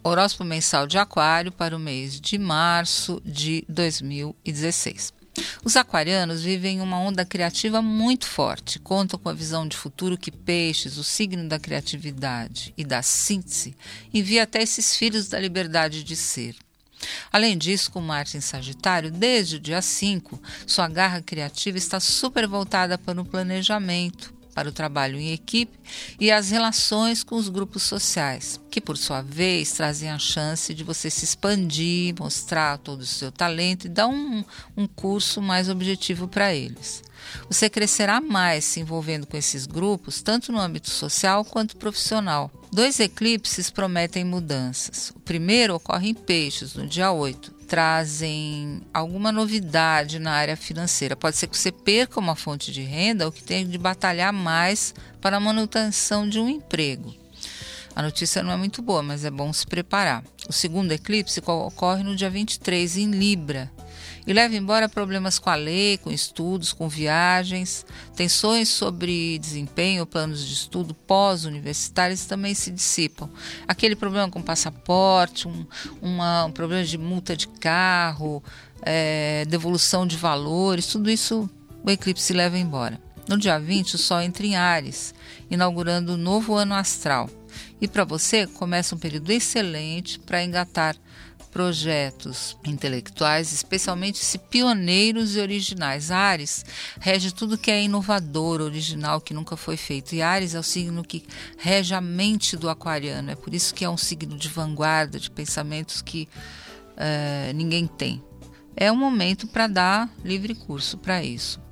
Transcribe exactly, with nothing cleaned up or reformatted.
Horóscopo mensal de Aquário para o mês de março de dois mil e dezesseis. Os aquarianos vivem uma onda criativa muito forte, contam com a visão de futuro que Peixes, o signo da criatividade e da síntese, envia até esses filhos da liberdade de ser. Além disso, com Marte em Sagitário, desde o dia cinco, sua garra criativa está super voltada para o planejamento, para o trabalho em equipe e as relações com os grupos sociais, que por sua vez trazem a chance de você se expandir, mostrar todo o seu talento e dar um, um curso mais objetivo para eles. Você crescerá mais se envolvendo com esses grupos, tanto no âmbito social quanto profissional. Dois eclipses prometem mudanças. O primeiro ocorre em Peixes, no dia oito. Trazem alguma novidade na área financeira. Pode ser que você perca uma fonte de renda ou que tenha de batalhar mais para a manutenção de um emprego. A notícia não é muito boa, mas é bom se preparar. O segundo eclipse ocorre no dia vinte e três, em Libra, e leva embora problemas com a lei, com estudos, com viagens. Tensões sobre desempenho, planos de estudo pós-universitários também se dissipam. Aquele problema com passaporte, um, uma, um problema de multa de carro, é, devolução de valores, tudo isso o eclipse leva embora. No dia vinte, o Sol entra em Áries, inaugurando o novo ano astral. E para você, começa um período excelente para engatar projetos intelectuais, especialmente se pioneiros e originais. Áries rege tudo que é inovador, original, que nunca foi feito. E Áries é o signo que rege a mente do aquariano. É por isso que é um signo de vanguarda, de pensamentos que uh, ninguém tem. É um momento para dar livre curso para isso.